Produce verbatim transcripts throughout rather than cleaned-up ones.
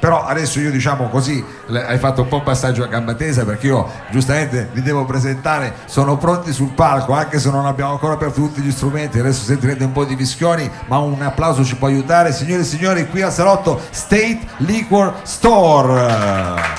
però adesso io diciamo così hai fatto un po' un passaggio a gamba tesa, perché io giustamente li devo presentare, sono pronti sul palco anche se non abbiamo ancora aperto tutti gli strumenti, adesso sentirete un po' di fischioni, ma un applauso ci può aiutare. Signore e signori, qui al salotto State Liquor Store.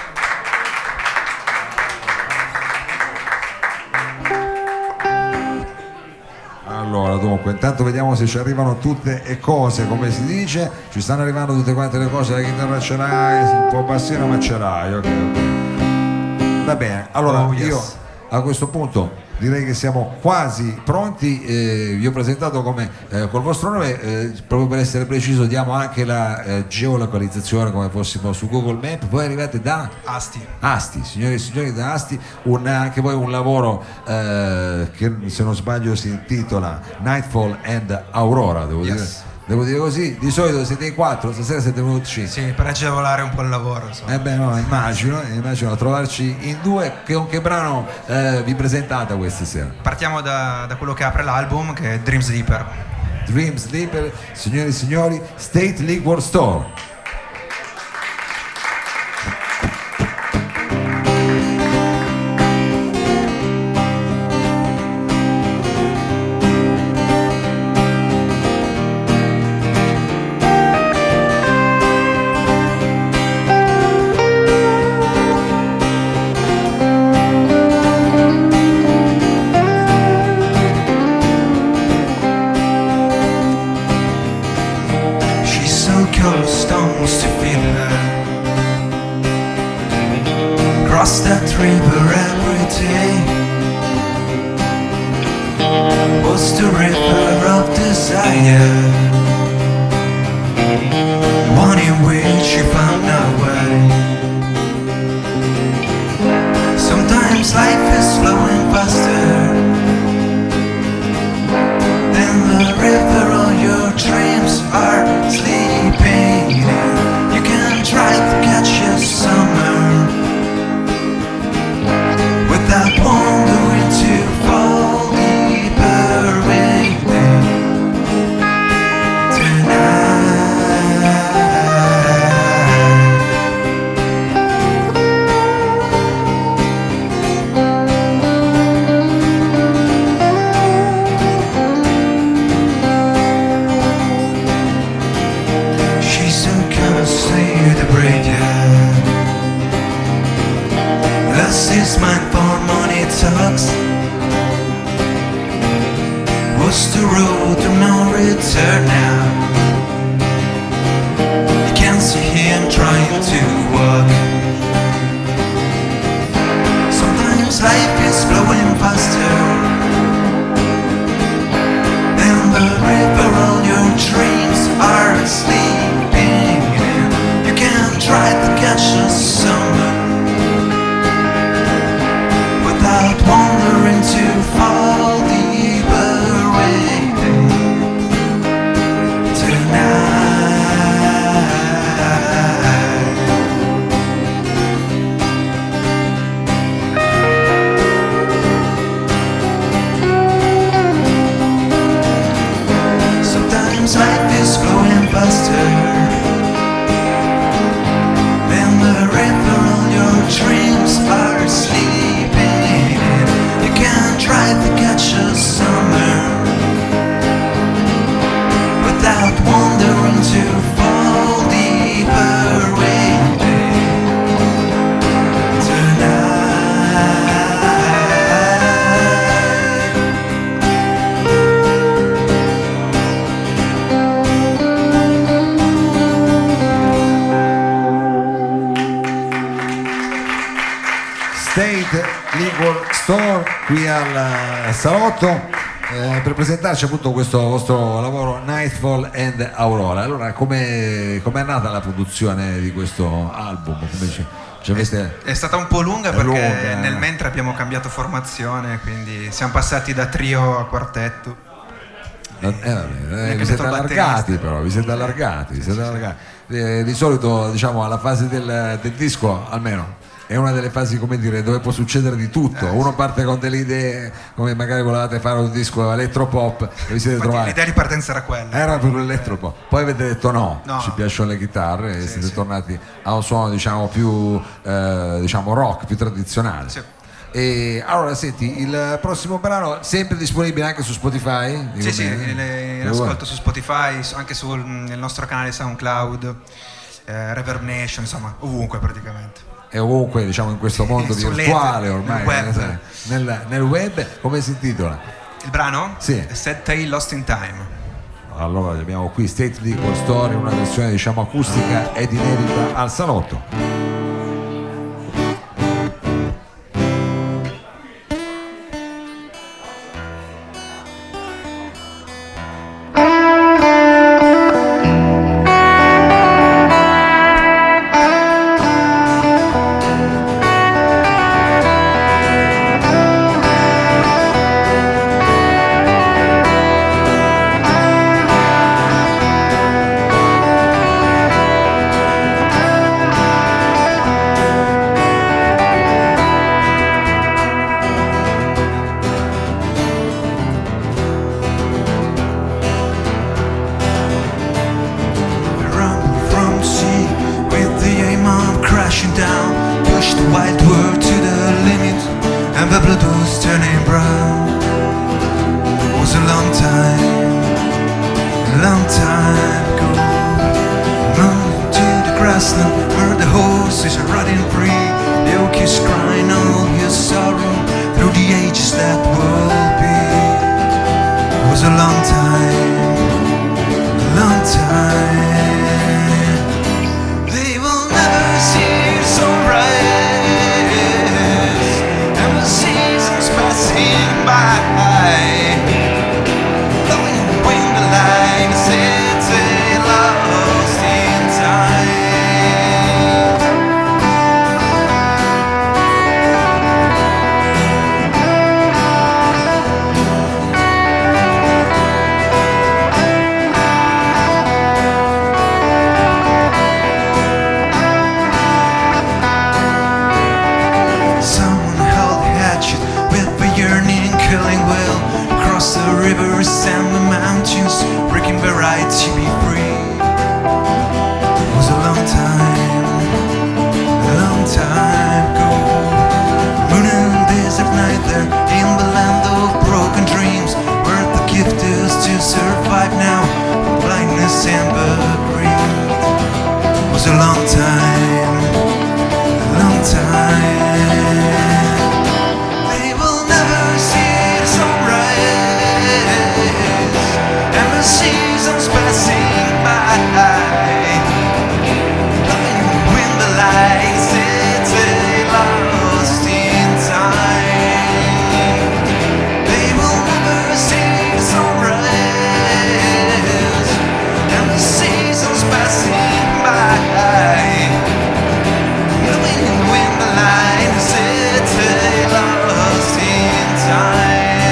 Allora, dunque, intanto vediamo se ci arrivano tutte le cose, come si dice, ci stanno arrivando tutte quante le cose, la chitarra ce l'hai, un po' bassino ma ce l'hai, ok, ok. Va bene, allora oh, yes. io a questo punto direi che siamo quasi pronti, eh, vi ho presentato come eh, col vostro nome, eh, proprio per essere preciso diamo anche la eh, geolocalizzazione come fossimo su Google Maps. Voi arrivate da Asti. Asti, signore e signori, da Asti, un, anche voi un lavoro eh, che se non sbaglio si intitola Nightfall and Aurora, devo yes. dire. Devo dire così, di solito siete in quattro, stasera siete venuti cinque. Sì, per agevolare un po' il lavoro. Insomma. Eh beh, no, immagino, immagino trovarci in due. Che, con che brano eh, vi presentate questa sera? Partiamo da, da quello che apre l'album, che è Dream Sleeper. Dream Sleeper, signori e signori, State Liquor Store. Qui al salotto eh, per presentarci appunto questo vostro lavoro Nightfall and Aurora. Allora, come è nata la produzione di questo album? Come ci, ci avete... È stata un po' lunga perché lunga. Nel mentre abbiamo cambiato formazione, quindi siamo passati da trio a quartetto. Eh, vabbè, eh, vi siete allargati però, vi siete allargati, vi siete allargati. Eh, di solito diciamo alla fase del, del disco almeno è una delle fasi, come dire, dove può succedere di tutto. Eh, Uno sì. parte con delle idee, come magari volevate fare un disco elettropop e vi siete Infatti, trovati. l'idea di partenza era quella. Era per l'elettropop, poi avete detto no, No. ci piacciono le chitarre e Sì, siete sì. tornati a un suono, diciamo, più eh, diciamo rock, più tradizionale. Sì. E allora senti, il prossimo brano sempre disponibile anche su Spotify? Dico Sì, sì, bene? le- Dove l'ascolto vuoi? su Spotify, su- anche sul nel nostro canale SoundCloud, eh, Reverb Nation, insomma, ovunque praticamente. E ovunque, diciamo, in questo mondo Sull'etere, virtuale ormai, nel web. eh, nel, nel web, come si intitola? Il brano? Sì. Sad Tale Lost in Time. Allora abbiamo qui State Liquor Store in una versione, diciamo, acustica ed inedita al salotto. Rumble from the sea with the aim on crashing down. Push the wild world to the limit and the blood was turning brown. Was a long time, a long time ago. Moved to the grassland where the horses are riding free. The oak is crying all his sorrow through the ages that will be. Was a long time, a long time. They will never see the sunrise and the seasons passing by. Blowing the wind like a city lost in time. Someone held a hatchet with a yearning killing will across the rivers and the mountains, breaking barriers to be free. It was a long time, a long time ago. Moon and desert night there in the land of broken dreams, where the gift is to survive now, blindness and the greed. It was a long time, a long time. They will never see the sunrise and the seasons passing by. Blowing wind the light, city lost in time. They will never see the sunrise and the seasons passing by. Blowing wind the light, city lost in time.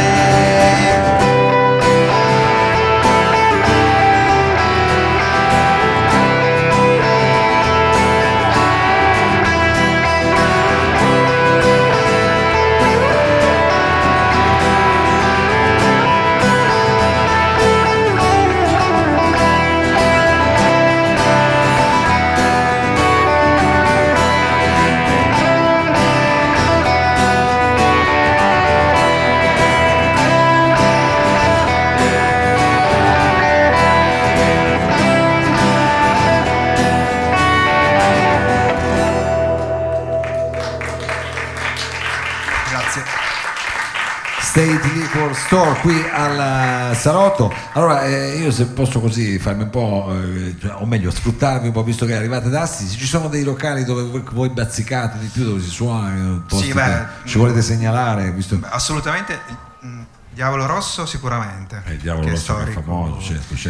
Grazie. State Liquor Store qui al salotto. Allora eh, io, se posso così farmi un po', eh, cioè, o meglio sfruttarmi un po', visto che arrivate da Asti, ci sono dei locali dove voi, voi bazzicate di più, dove si suona, posti Sì, che beh, ci volete segnalare, visto Assolutamente, il- mm, Diavolo Rosso sicuramente. eh, il Diavolo che è Rosso che è storico. famoso, certo, certo.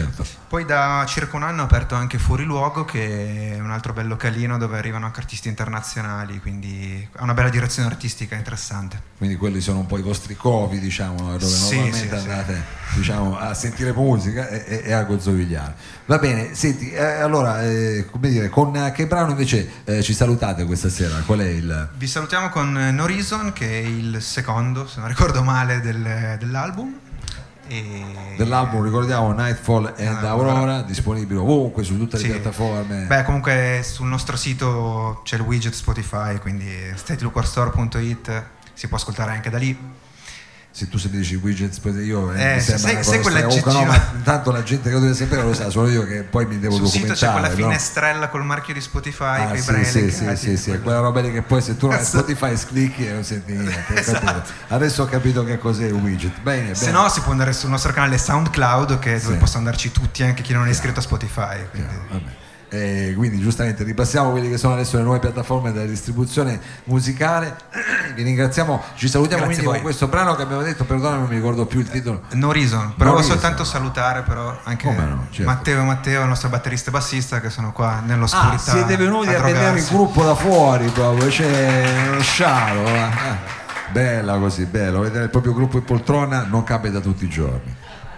Poi da circa un anno ho aperto anche Fuori Luogo, che è un altro bel localino dove arrivano anche artisti internazionali, quindi ha una bella direzione artistica interessante. Quindi quelli sono un po' i vostri covi, diciamo, dove Sì, normalmente sì, andate sì. Diciamo, a sentire musica e, e, e a gozzovigliare. Va bene, senti, eh, allora, eh, come dire, con che brano invece eh, ci salutate questa sera? Qual è il... Vi salutiamo con No Reason, che è il secondo, se non ricordo male, del, dell'album. E... dell'album, ricordiamo, Nightfall and Ah, Aurora, Aurora. disponibile ovunque su tutte le Sì. piattaforme. Beh, comunque sul nostro sito c'è il widget Spotify, quindi state luquor store punto it, si può ascoltare anche da lì. Se tu se mi dici widgets, poi io Eh, mi se- sembra se- una se cosa quella strana. Comunque, no, Gigi- ma intanto la gente che lo deve sapere lo sa, solo io che poi mi devo Sul sito c'è documentare. quella no? finestrella col marchio di Spotify, Ah, con i sì, brani sì, sì, elencati, sì, sì, quello- quella roba lì che poi se tu non hai Esatto. Spotify sclicchi e non senti niente. Ho Esatto. capito. Adesso ho capito che cos'è il widget. Bene, Se bene. no si può andare sul nostro canale SoundCloud, che è dove Sì. possono andarci tutti, anche chi non è iscritto a Spotify. Quindi... Vabbè. Eh, quindi giustamente ripassiamo quelli che sono adesso le nuove piattaforme della distribuzione musicale. Vi ringraziamo, ci salutiamo Grazie quindi a con voi. questo brano che abbiamo detto, perdonami, non mi ricordo più il titolo. No Reason, però No volevo Reason. soltanto salutare però anche Come no, certo. Matteo e Matteo, il nostro batterista e bassista, che sono qua nell'oscurità. Ah, siete venuti a, vedere il drogarsi. gruppo da fuori proprio, c'è uno scialo. eh. Ah, bella così, bello, vedere il proprio gruppo in poltrona non capita tutti i giorni.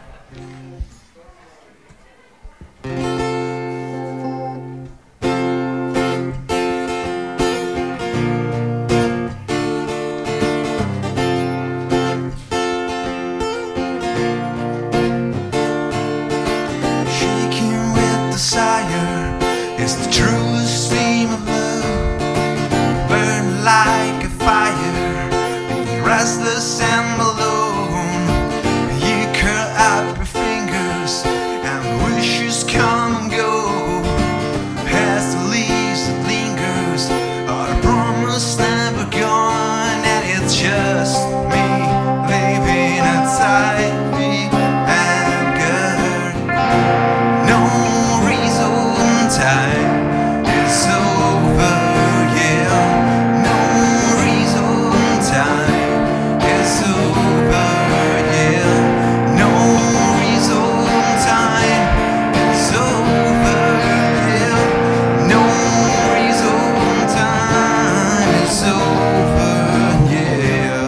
Shaking with desire is the truest stream of love. Burn like a fire, being restless and alone. You curl up your fingers and wishes come and go. As the leaves that lingers are a promise never gone, and it's just me living outside the anger. No reason, time is over, yeah. No reason, time is over, yeah. No reason, time is over, yeah. No reason, time is over, yeah.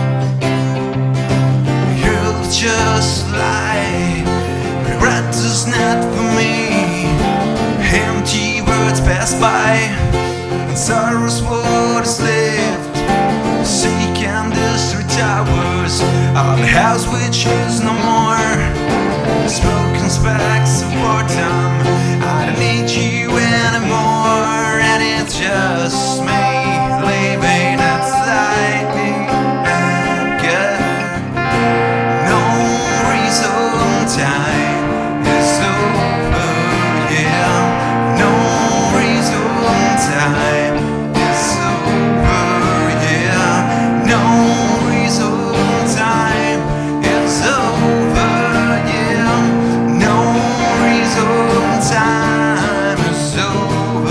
You'll just lie. Regret is not for me. Empty words pass by, and sorrow's what is left. Sick and destroyed towers of a house which is no more. Spoken specks of boredom. I don't need you anymore, and it's just me living outside the anger. No reason, time is over, yeah. No reason, time is over, yeah. No reason, time is over, yeah. No reason, time is over.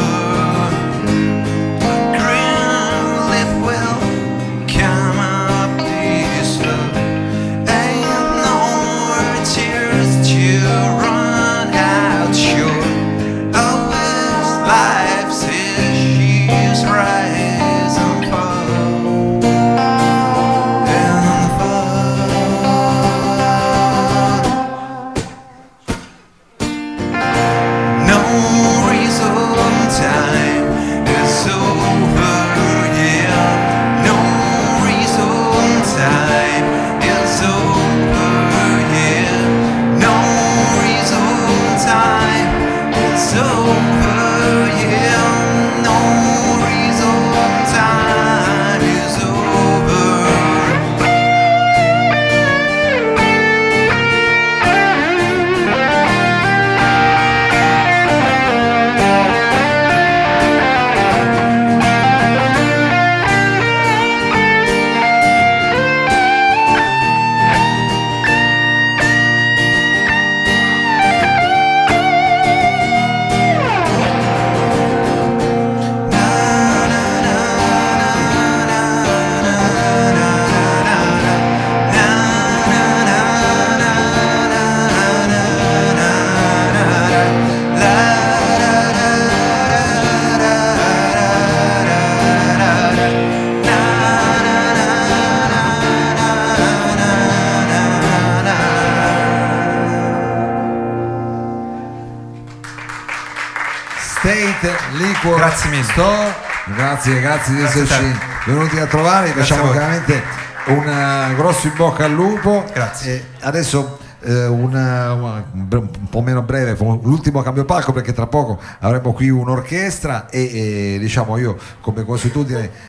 Equal Grazie mille. Store. Grazie, grazie di Grazie esserci venuti a trovare. Grazie Facciamo a voi. veramente un eh, grosso in bocca al lupo. Grazie. E adesso eh, una, una- un po' meno breve, l'ultimo cambio palco, perché tra poco avremo qui un'orchestra e, e diciamo io come consuetudine